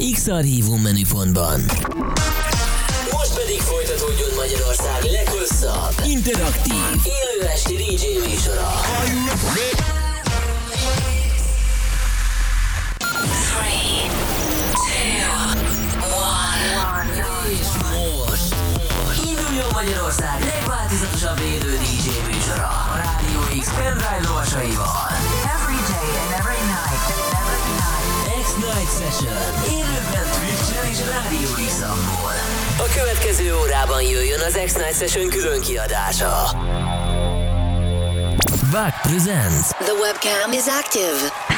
X-Archívum menüpontban. Most pedig folytatódjon Magyarország leghosszabb, interaktív, élő esti DJ műsora. 3, 2, 1. És most induljon Magyarország legváltozatosabb élő DJ műsora a Rádió X pendrive lovasaival. Every day and every night. X-Night Session. Élőben Twitch-en és Rádió X-amból. A következő órában jöjjön az X-Night Session külön kiadása. VAK presents. The webcam is active.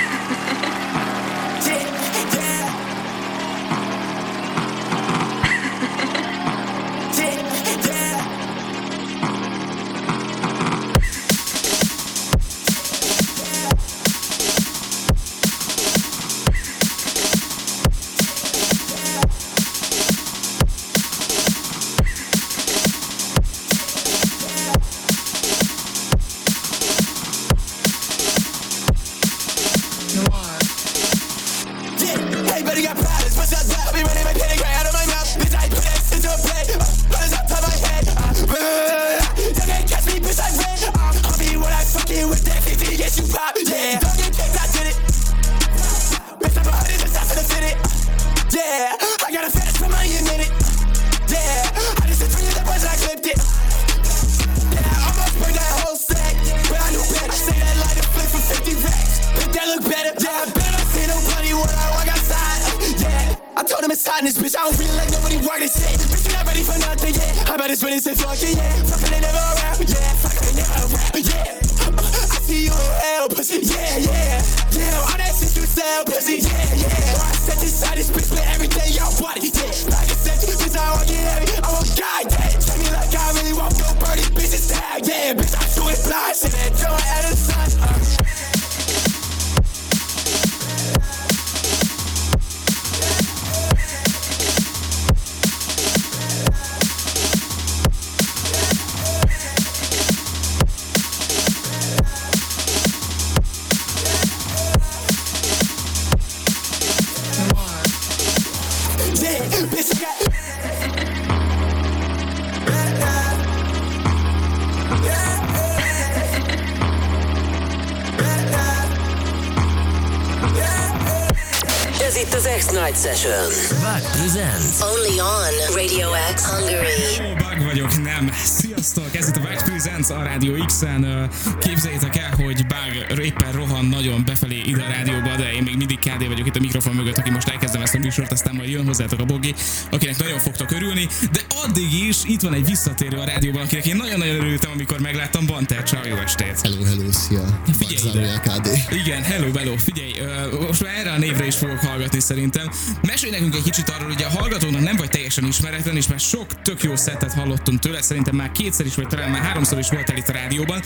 X-Night Session. VAK presents. Only on Radio X Hungary. Bug vagyok, nem. Sziasztok, ez itt a VAK presents a Rádió X-en. Képzeljétek el, hogy Bug éppen rohan nagyon befelé ide a rádióba, de én még mindig KD vagyok itt a mikrofon mögött, aki most elkezdem ezt a műsort, aztán majd jön hozzátok a Bogi, akinek nagyon fogtok örülni, de addig is itt van egy visszatérő a rádióban, akinek én nagyon-nagyon örültem, amikor megláttam. Banter, csak jó estét. Hello, szia. Figyelj ide. KD. Igen, hello, figyelj, most már erre a névre is fogok hallgatni szerintem. Mesélj nekünk egy kicsit arról, hogy a hallgatónak nem vagy teljesen ismeretlen, és már sok tök jó szettet hallottunk tőle, szerintem már kétszer is, vagy talán már háromszor is voltál itt a rádióban.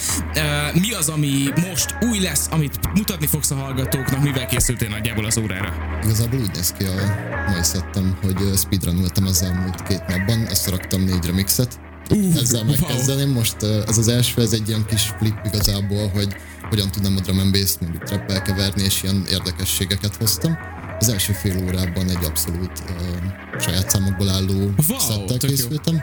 Mi az, ami most új lesz, amit mutatni fogsz a hallgatóknak, mivel készültél nagyjából az órára? Igazából úgy néz ki a mai szettem, hogy speedrunoltam az elmúlt 2 napban, összeraktam 4 remixet. Ezzel megkezdeném. Most ez az első, ez egy ilyen kis flip igazából, hogy hogyan tudnám a drum and bass-t mondjuk trappel keverni, és ilyen érdekességeket hoztam. Az első fél órában egy abszolút saját számokból álló szettel készültem.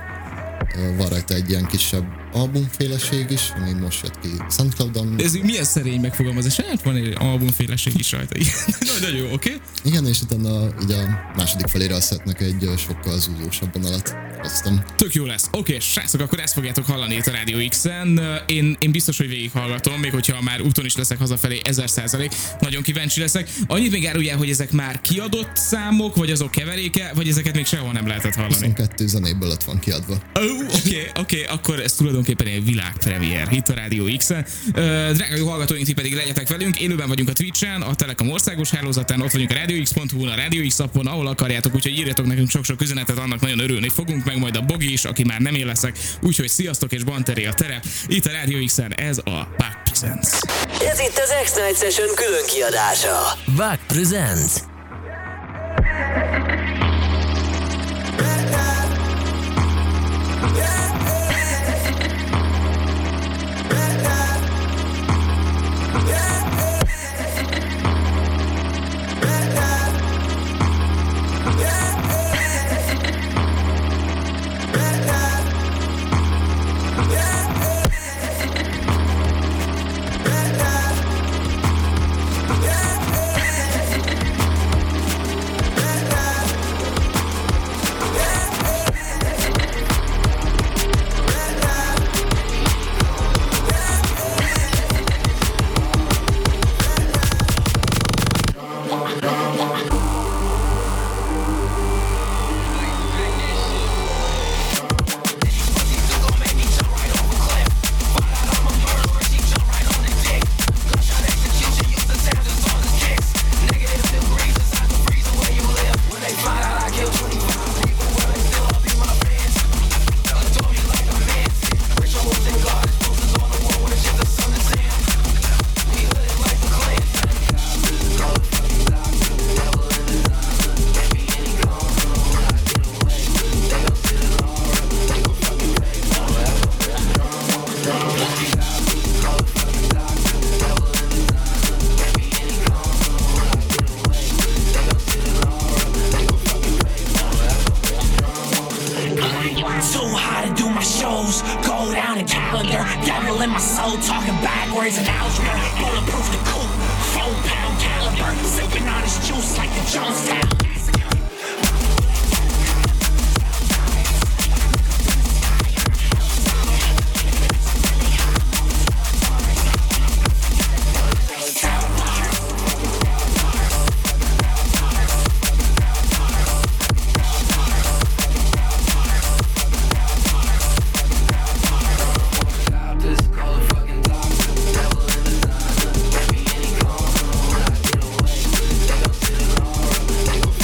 Van rajta egy ilyen kisebb albumféleség is, ami most jött ki SoundCloudon. Ez milyen szerény megfogalmazás? Hát van egy albumféleség is rajta. Nagyon jó, oké? Igen, és utána így a második felére a szetnek egy sokkal zúzósabb vonalat hoztam. Tök jó lesz. Oké, srácok, akkor ezt fogjátok hallani itt a Rádió X-en. Én biztos, hogy végighallgatom, még hogyha már úton is leszek hazafelé 1000%. Nagyon kíváncsi leszek. Annyit még árulj el, hogy ezek már kiadott számok, vagy azok keveréke, vagy ezeket még sehol nem lehetett hallani? 22 zenéből ott van kiadva. Oké, akkor ez tulajdonképpen egy világpremiér itt a Rádió X-en. Drága jó hallgatóink, ti pedig legyetek velünk. Élőben vagyunk a Twitch-en, a Telekom országos hálózatán, ott vagyunk a radiox.hu-n, a Rádió X appon, ahol akarjátok, úgyhogy írjatok nekünk sok-sok üzenetet, annak nagyon örülni fogunk, meg majd a Bogi is, aki már nem én leszek. Úgyhogy sziasztok és Banteré a terep. Itt a Rádió X-en ez a VAK Presents. Ez itt az X-Night Session külön kiadása. VAK Presents. my soul talking backwards and algebra. Bulletproof the coupe, 4-pound caliber. Sipping on his juice like the Jonestown. Take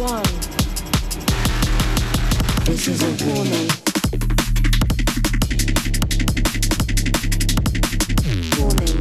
1. This is a warning. Warning.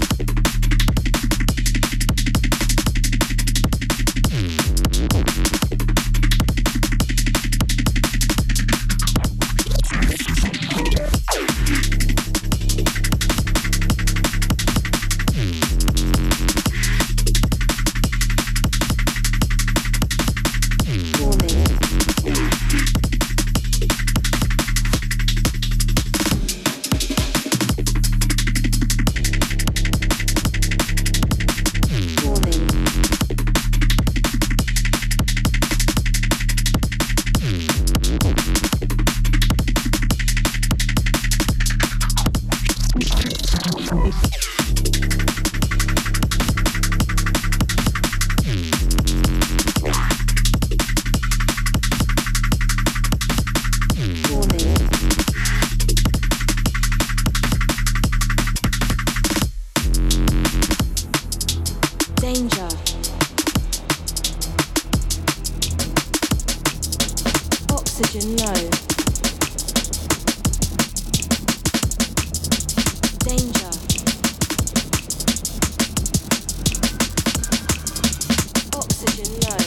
Danger. Oxygen low. Danger. Oxygen low.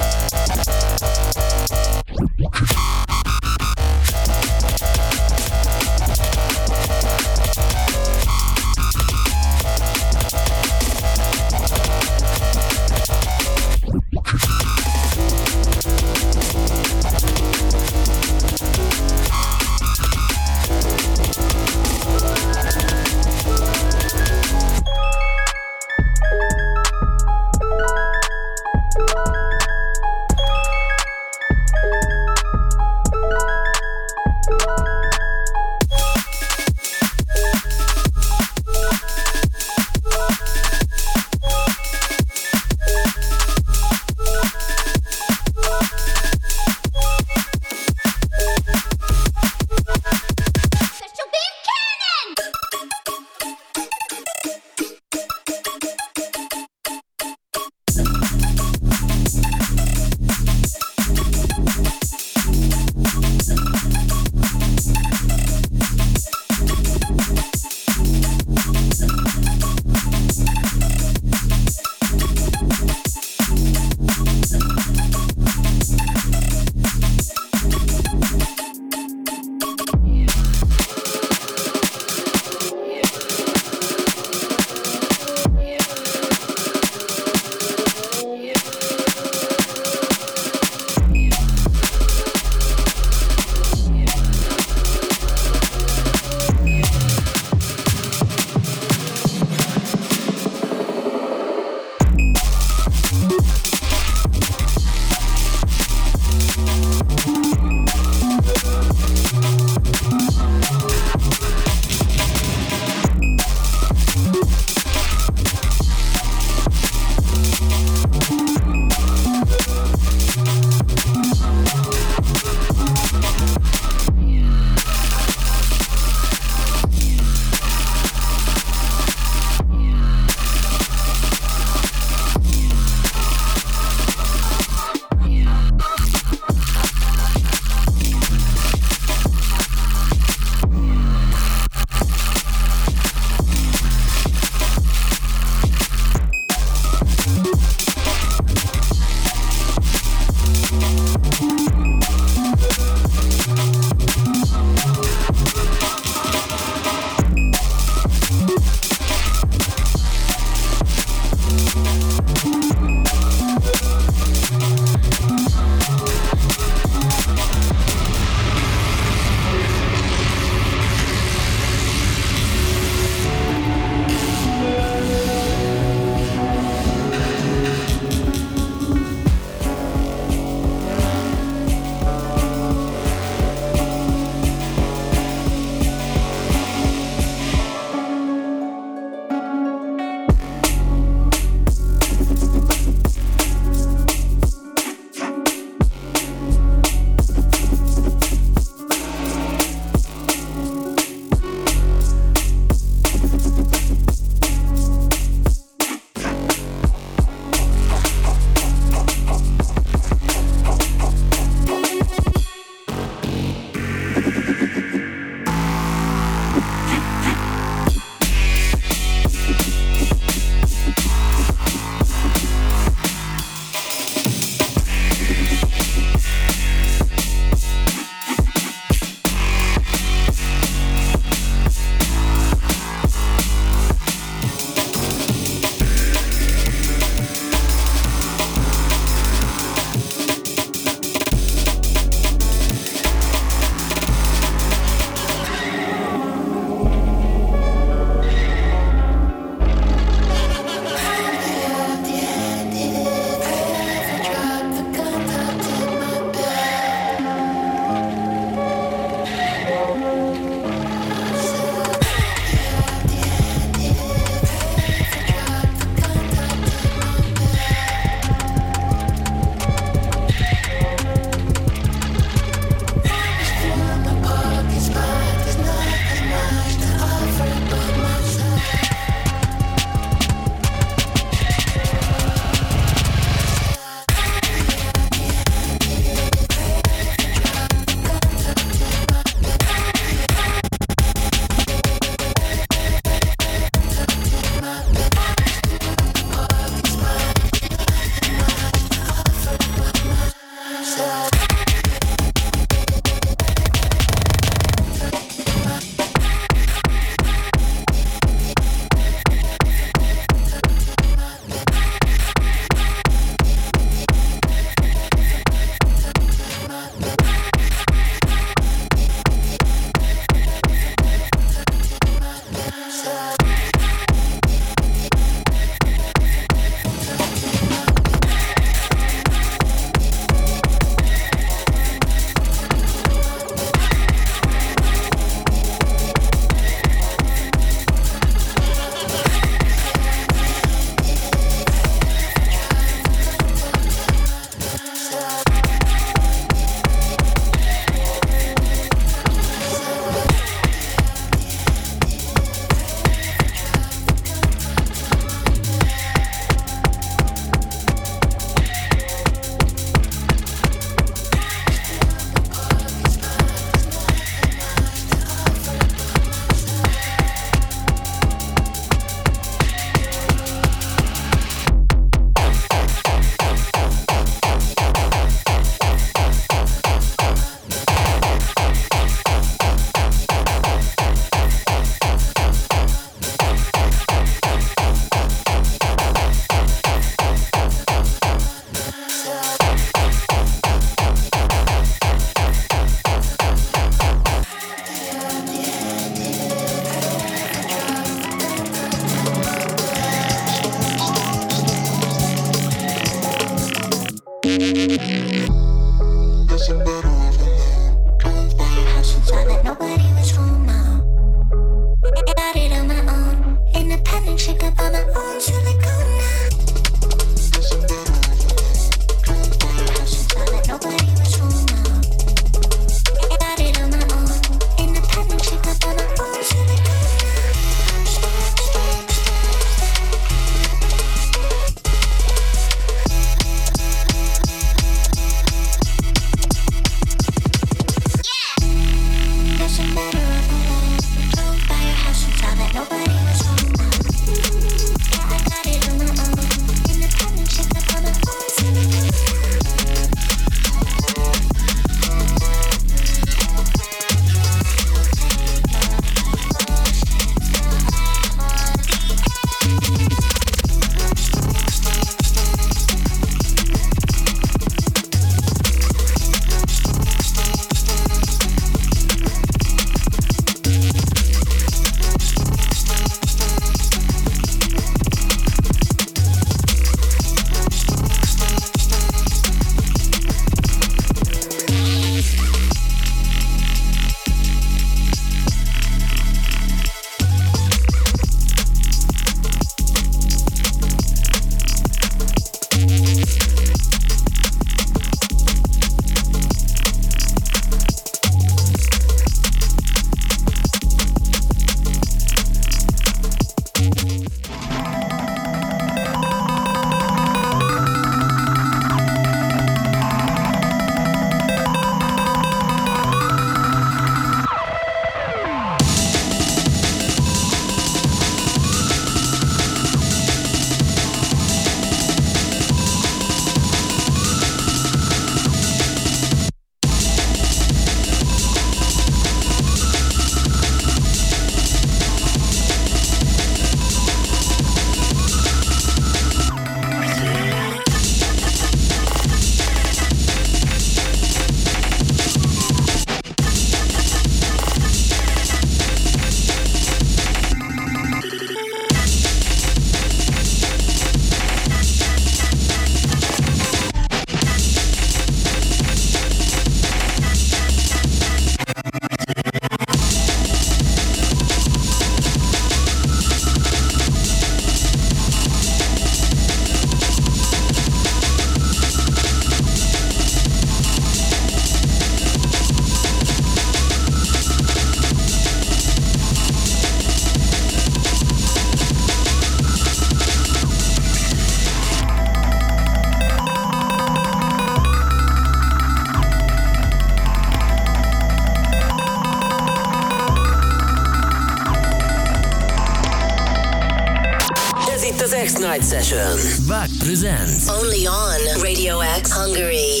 X-Night Session. Back presents. Only on Radio X Hungary.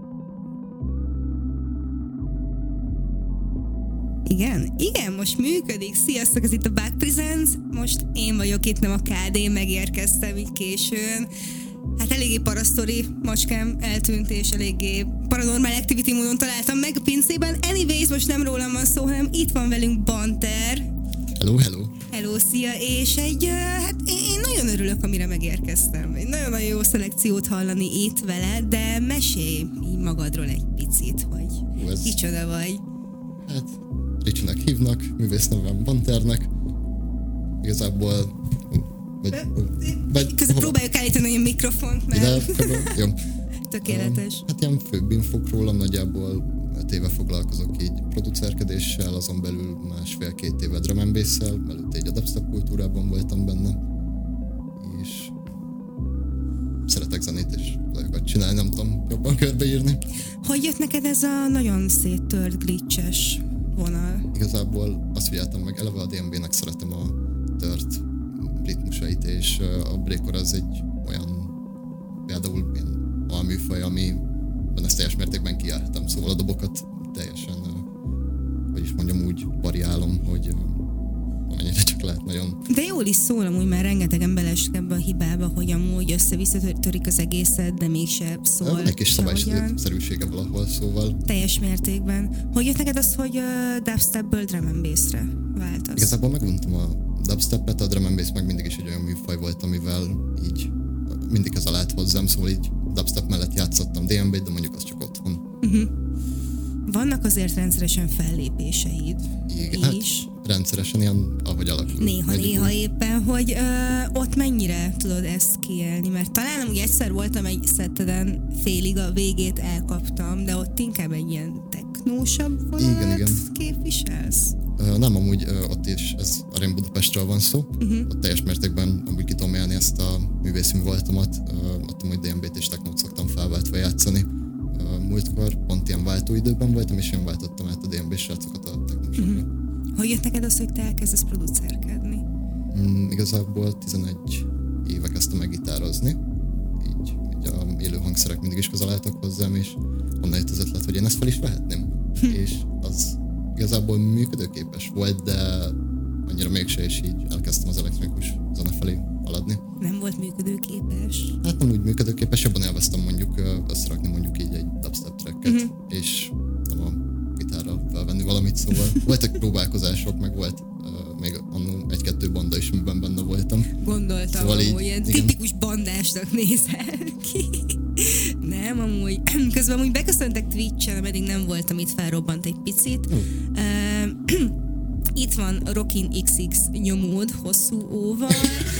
Igen, most működik. Sziasztok, ez itt a Back Presents. Most én vagyok itt, nem a KD, megérkeztem így későn. Hát eléggé parasztori macskám eltűnt, és eléggé paranormal activity módon találtam meg a pincében. Anyways, most nem rólam van szó, hanem itt van velünk Banter. Hello. Hello, szia, és hát én nagyon örülök, amire megérkeztem. Egy nagyon-nagyon jó szelekciót hallani itt vele, de mesélj így magadról egy picit, hogy kicsoda vagy. Hát, Ricsinek hívnak, művész nevem Banternek. Igazából... Közben próbáljuk állítani a mikrofont, mert... Jó. Tökéletes. Hát ilyen főbb infók rólam, nagyjából 5 éve foglalkozok így producerkedéssel, azon belül 1,5-2 éve drum and bass-szel, előtte így a dubstep kultúrában voltam benne, és szeretek zenét és lajokat csinálni, nem tudom jobban körbeírni. Hogy jött neked ez a nagyon széttört glitches vonal? Igazából azt figyeltem meg, eleve a DNB-nek szeretem a tört ritmusait, és a breakcore az egy olyan például ilyen alműfaj, amiben ezt teljes mértékben kiálltam, szóval a dobokat teljesen, hogy is mondjam, úgy variálom, hogy amennyire csak lehet nagyon. De jól is szól amúgy, mert rengetegen belesik ebbe a hibába, hogy amúgy össze-visszatörik az egészet, de mégse szól. Van egy kis szabályszerűsége valahol, szóval. Teljes mértékben. Hogy jött neked az, hogy dubstepből drum and bass-re váltasz? Igazából meguntam a dubstepet, a drum and bass meg mindig is egy olyan műfaj volt, amivel így mindig ez alá hozzám, szóval így dubstep mellett játszottam DMB-t, de mondjuk az csak otthon. Vannak azért rendszeresen fellépéseid Igen, is. hát rendszeresen ilyen, ahogy alakul. Néha éppen, hogy ott mennyire tudod ezt kiélni, mert talán úgy egyszer voltam egy szetteden, félig a végét elkaptam, de ott inkább egy ilyen technósabb vonalat Igen. képviselsz. Nem, amúgy ott is, ez a Rain Budapestről van szó, ott teljes mértékben amúgy ki tudom élni ezt a művészi voltomat, ott amúgy DMB-t és technót szoktam felváltva játszani. Múltkor pont ilyen váltóidőben voltam, és én váltottam át a DMB-s srácokat a technósokra. Hogy jött neked az, hogy te elkezdesz producerkedni? Igazából 11 éve kezdtem meg gitározni, így a élő hangszerek mindig is közel álltak hozzám, és onnan jött az ötlet, hogy én ezt fel is vehetném. És az igazából működőképes volt, de annyira mégse, és így elkezdtem az elektronikus zene felé haladni. Nem volt működőképes? Hát nem úgy működőképes, jobban élveztem mondjuk összerakni mondjuk így egy dubstep tracket, és nem a gitárra felvenni valamit, szóval voltak próbálkozások, meg volt még annó egy-kettő banda is, amiben benne voltam. Gondoltam, szóval hogy ilyen tipikus bandásnak nézel ki. Nem, amúgy. Közben amúgy beköszöntek Twitch-en, ameddig nem voltam, itt felrobbant egy picit. Itt van Rockin XX nyomód, hosszú óval.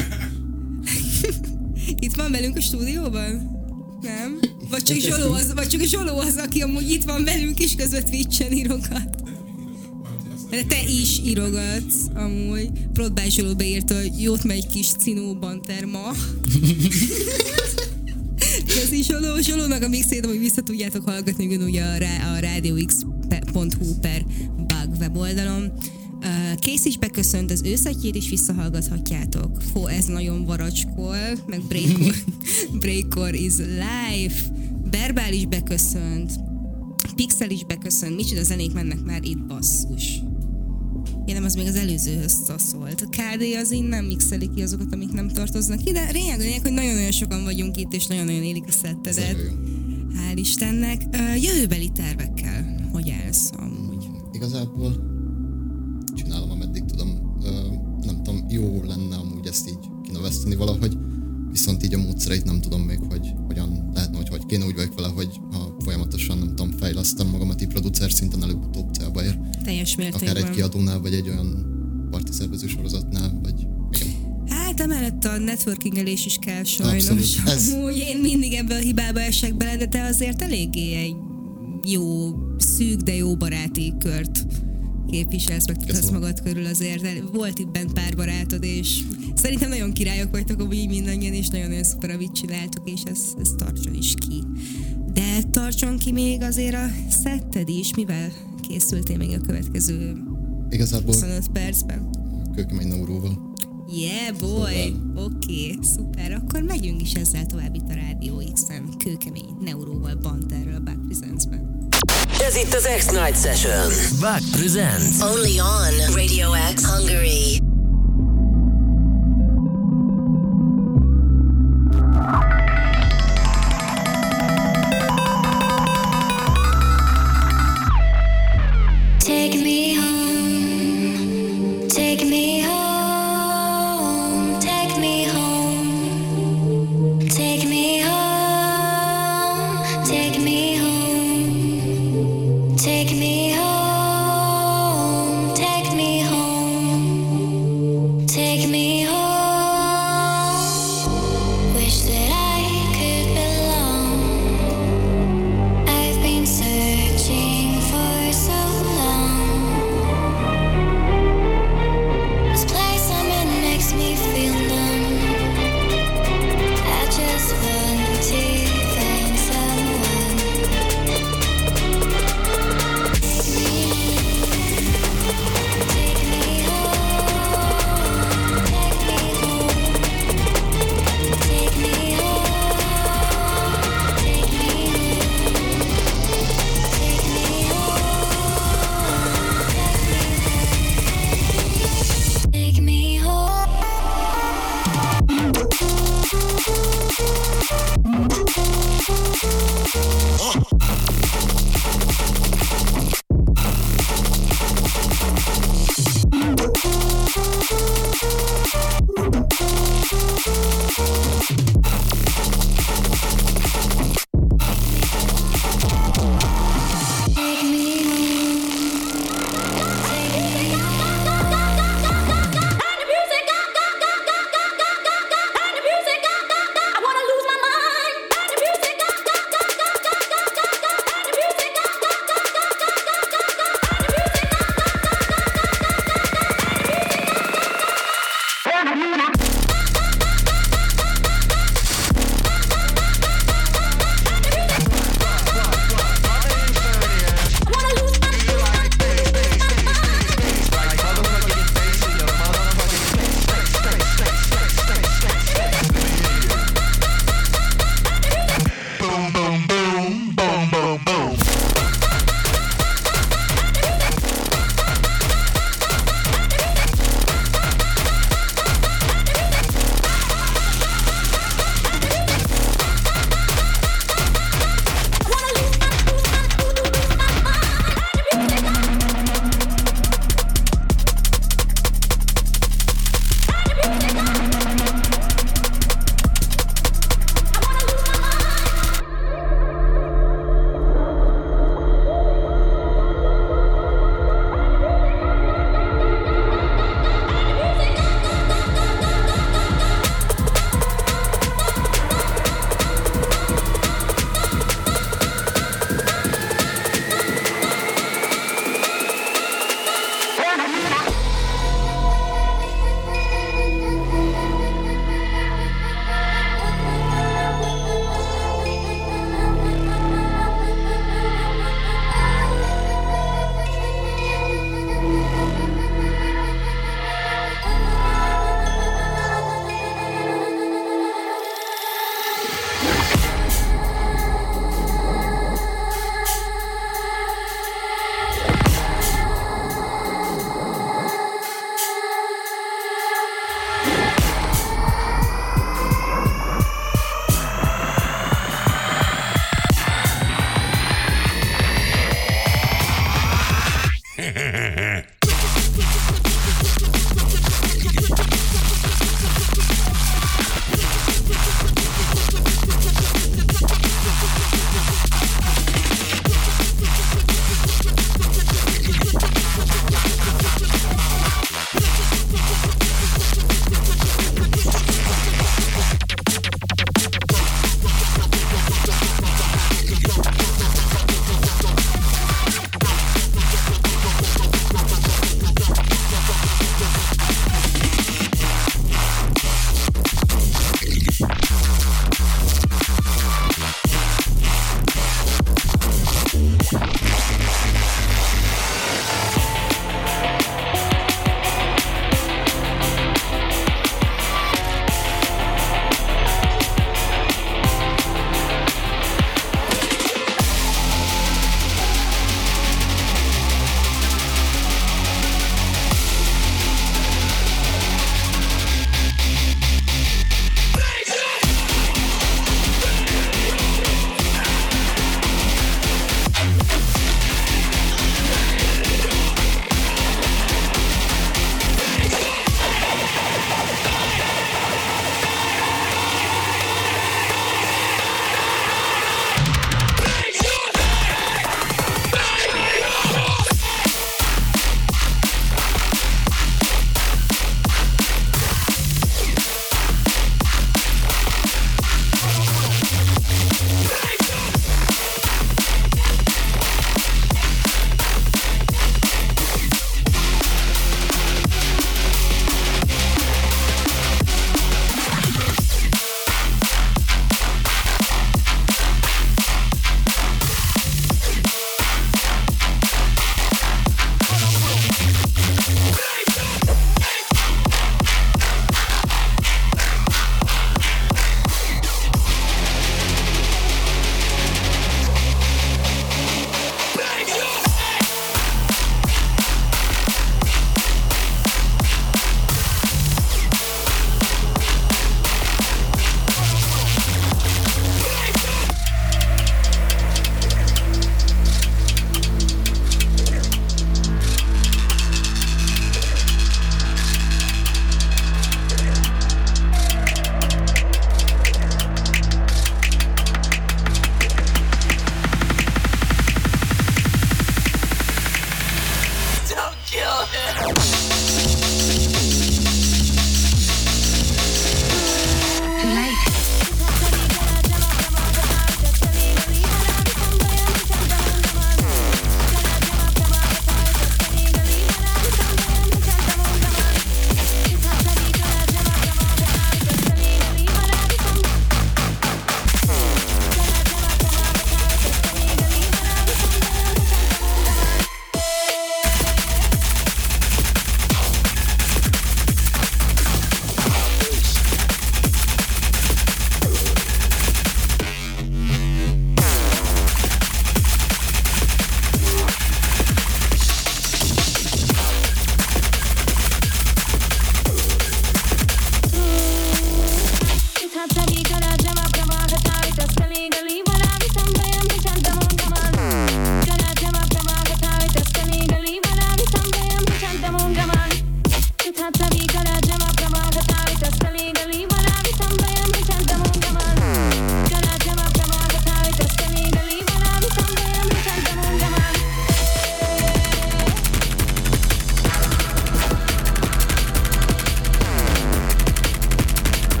Itt van velünk a stúdióban? Nem? Vagy csak Zsoló az, aki amúgy itt van velünk, és közben Twitch-en írogat. De te is írogatsz, amúgy. Plotbás Zsoló beírta, hogy jót megy kis cinó banter ma. Köszi Zsolónak a mixét, hogy vissza tudjátok hallgatni ugyanúgy a radiox.hu/bug weboldalon. Kész is beköszönt, az őszetjét is visszahallgathatjátok. Ez nagyon varacskol, meg Breakkor is live. Berbál is beköszönt, Pixel is beköszönt, micsoda zenék mennek már itt, basszus. Nem, az még az előzőhöz szólt. A KD az így nem mixeli ki azokat, amik nem tartoznak ki, de lényeg, hogy nagyon-nagyon sokan vagyunk itt, és nagyon-nagyon élik a szettedet. Hál' Istennek. Jövőbeli tervekkel hogy állsz amúgy? Igazából csinálom, ameddig tudom. Nem tudom, jó lenne amúgy ezt így kinöveszteni valahogy, viszont így a módszereit nem tudom még, hogy hogyan lehetne, hogy kéne. Úgy vagyok vele, hogy ha folyamatosan, nem tudom, fejlesztem magamat így producer szinten, előbb-utóbb célba ér. Teljes mértékben. Akár egy kiadónál, vagy egy olyan parti szervező sorozatnál, vagy igen. Hát emellett a networkingelés is kell sajnos. Amúgy én mindig ebben a hibába esek bele, de te azért eléggé egy jó, szűk, de jó baráti kört képviselsz, meg tudsz magad körül azért. Volt itt bent pár barátod, és szerintem nagyon királyok vagytok amúgy így mindannyian, és nagyon-nagyon szuper, amit csináltok, és ez tartson is ki. De tartson ki még azért a szetted is, mivel készültél még a következő igazából 25 percben? Kőkemény Neuróval. Yeah, boy! Oké, szuper. Akkor megyünk is ezzel tovább itt a Rádió X-en. Kőkemény Neuróval, Banterről a Bug Presents-ben. Ez itt az X-Night Session. Bug Presents. Only on Radio X Hungary. Take me home, take me home, take me home, take me home, take me home, take me home, take me home, take me home. Wish that I could belong. I've been searching for so long. This place I'm in makes me feel numb. I just want to find someone. Take me home, take me home, take me home, take me home, take me home.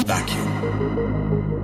Vacuum.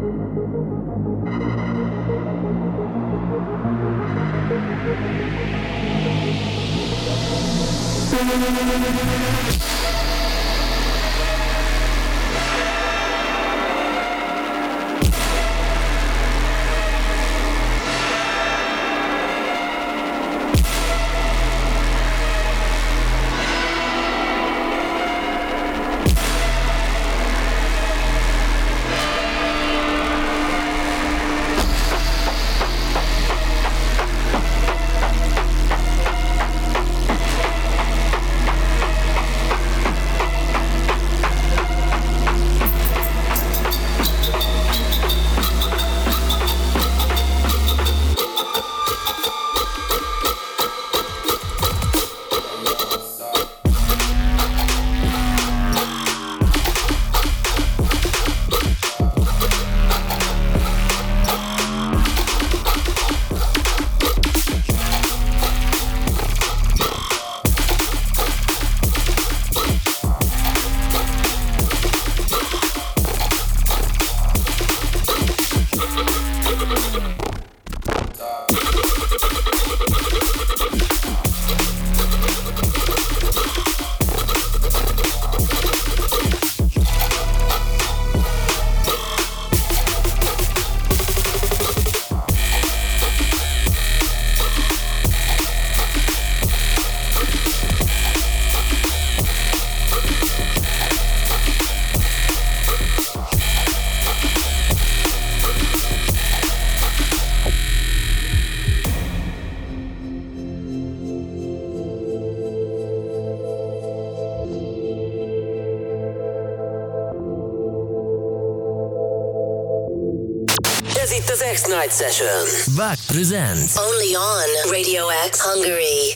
Ez itt az X-Night Session. VAG presents. Only on Radio X Hungary.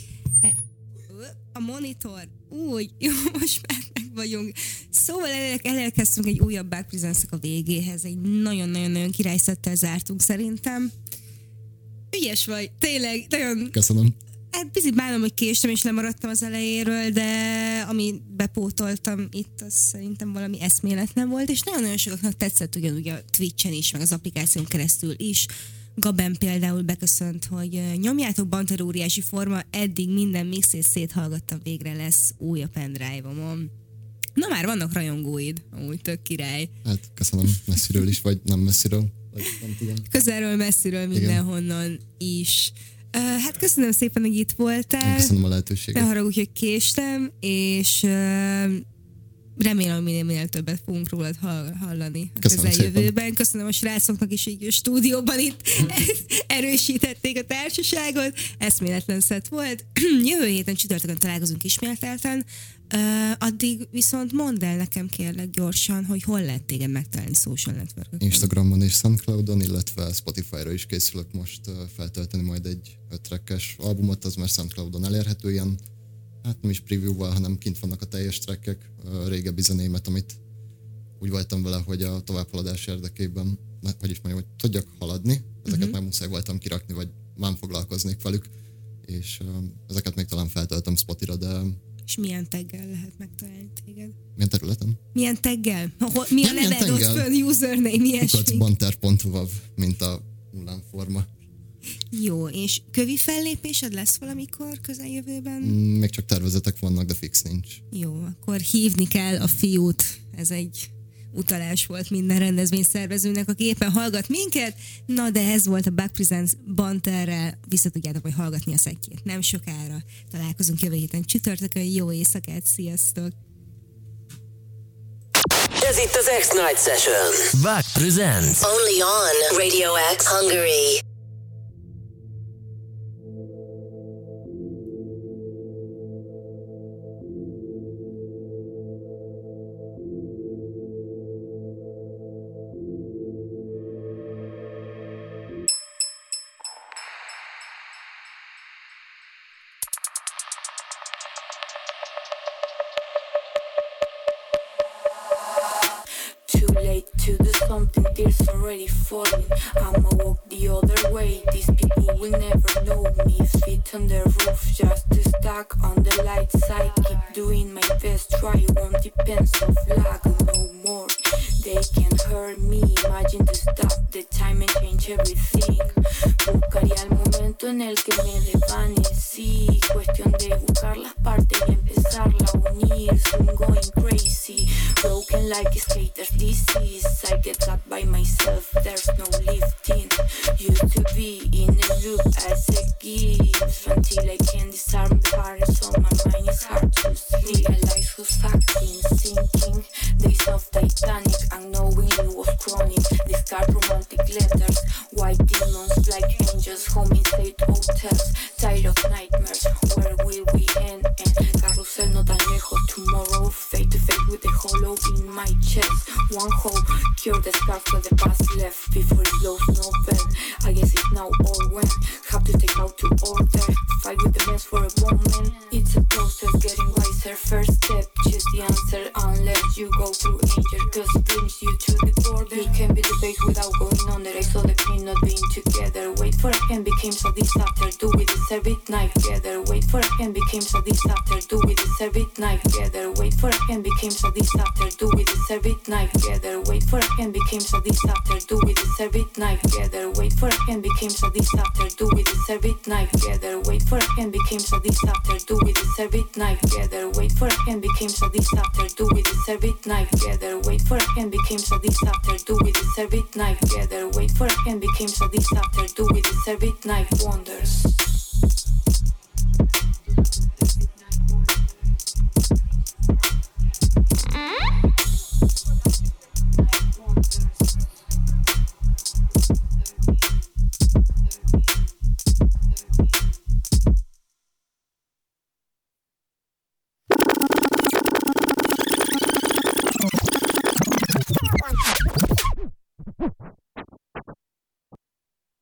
A monitor. Úgy, jó, most már meg vagyunk. Szóval elkezdtünk egy újabb Back Presence-nek a végéhez. Egy nagyon-nagyon-nagyon királyszettel zártunk szerintem. Ügyes vagy, tényleg, nagyon... Köszönöm. Hát picit bánom, hogy késtem és lemaradtam az elejéről, de ami bepótoltam itt, az szerintem valami eszméletlen volt, és nagyon-nagyon sokaknak tetszett ugyanúgy a Twitch-en is, meg az applikáción keresztül is. Gaben például beköszönt, hogy nyomjátok Banter óriási forma, eddig minden mixét széthallgattam, végre lesz új a pendrive-omon. Na már vannak rajongóid, amúgy tök király. Hát köszönöm messziről is, vagy nem messziről, vagy nem tudom. Közelről, messziről, mindenhonnan is. Hát köszönöm szépen, hogy itt voltál. Köszönöm a lehetőséget. Ne haragudj, hogy késtem, és remélem, hogy minél többet fogunk rólad hallani a közeljövőben. Köszönöm a srácoknak is, így a stúdióban itt erősítették a társaságot. Eszméletlen szett volt. Jövő héten csütörtökön találkozunk ismételten. Addig viszont mondd el nekem kérlek gyorsan, hogy hol lehet téged megtalálni social network-ökön. Instagramon és Soundcloudon, illetve Spotify-ra is készülök most feltölteni majd egy 5 trackes albumot, az már Soundcloudon elérhető, ilyen, hát nem is preview-val, hanem kint vannak a teljes trackek, régebbi zenémet, amit úgy voltam vele, hogy a továbbhaladás érdekében, vagyis majd, hogy tudjak haladni, ezeket már muszáj voltam kirakni, vagy már foglalkoznék velük, és ezeket még talán feltöltöm Spotify-ra, de... És milyen taggel lehet megtalálni téged? Milyen területen? Milyen taggel? Mi a neved ott fönn, username, ilyesmi? Banter.vav, mint a hullámforma. Jó, és kövi fellépésed lesz valamikor közeljövőben? Még csak tervezetek vannak, de fix nincs. Jó, akkor hívni kell a fiút. Ez egy utalás volt minden rendezvényszervezőnek, aki éppen hallgat minket. Na, de ez volt a Back Presence Banterrel. Vissza tudjátok majd hallgatni a szettjét. Nem sokára. Találkozunk jövő héten csütörtökön. Jó éjszakát, sziasztok! Ez itt az X-Night Session. VAG presents. Only on Radio X Hungary. To do something, tears already falling. I'ma walk the other way. These people will never know me. Feet on the roof, just stuck on the light side. Keep doing my best, try, won't depend of luck no more. They can't momento en el que me desvanecí. Cuestión de buscar las partes y empezarla a unir. Soon going crazy, broken like a skater's disease. I get trapped by myself, there's no lifting. Used to be in a loop as a gift, until I can disarm the parts on my mind. It's hard to sleep. Realize who's acting, sinking. Days of Titanic, unknowingly was chronic. Discard romantic letters, white demons like angels, home inside hotels. Tired of nightmares, where will we end? And carrusel no tan lejos, tomorrow. Fade to fade with the hollow in my chest. One hope, cure the scars where the past left before it blows no bend. I guess it's now or when. Have to take out to order. Fight with the mess for a moment. It's a process, getting wiser. First step, choose the answer. Unless you go through anger, cause it brings you to the border. You can be the base without going under. I saw the pain not being together. Wait for a hand became so disaster. Do we deserve it? Night together. Wait for a hand became so disaster. Do we deserve it? Night together. Wait for a hand became so disaster. Do we deserve it? Night together. Wait for a hand became so disaster. Do we deserve it? Night together. Wait for a hand became so disaster. Do we deserve it? Night together. Wait for a hand became so disaster. Do we deserve it? Night together. Wait for a hand became so disaster. Do we deserve it? Night together. Wait for a hand became so disaster. Do we deserve it? Night together. Wait for a hand became so disaster. Do we deserve it? Night wonders.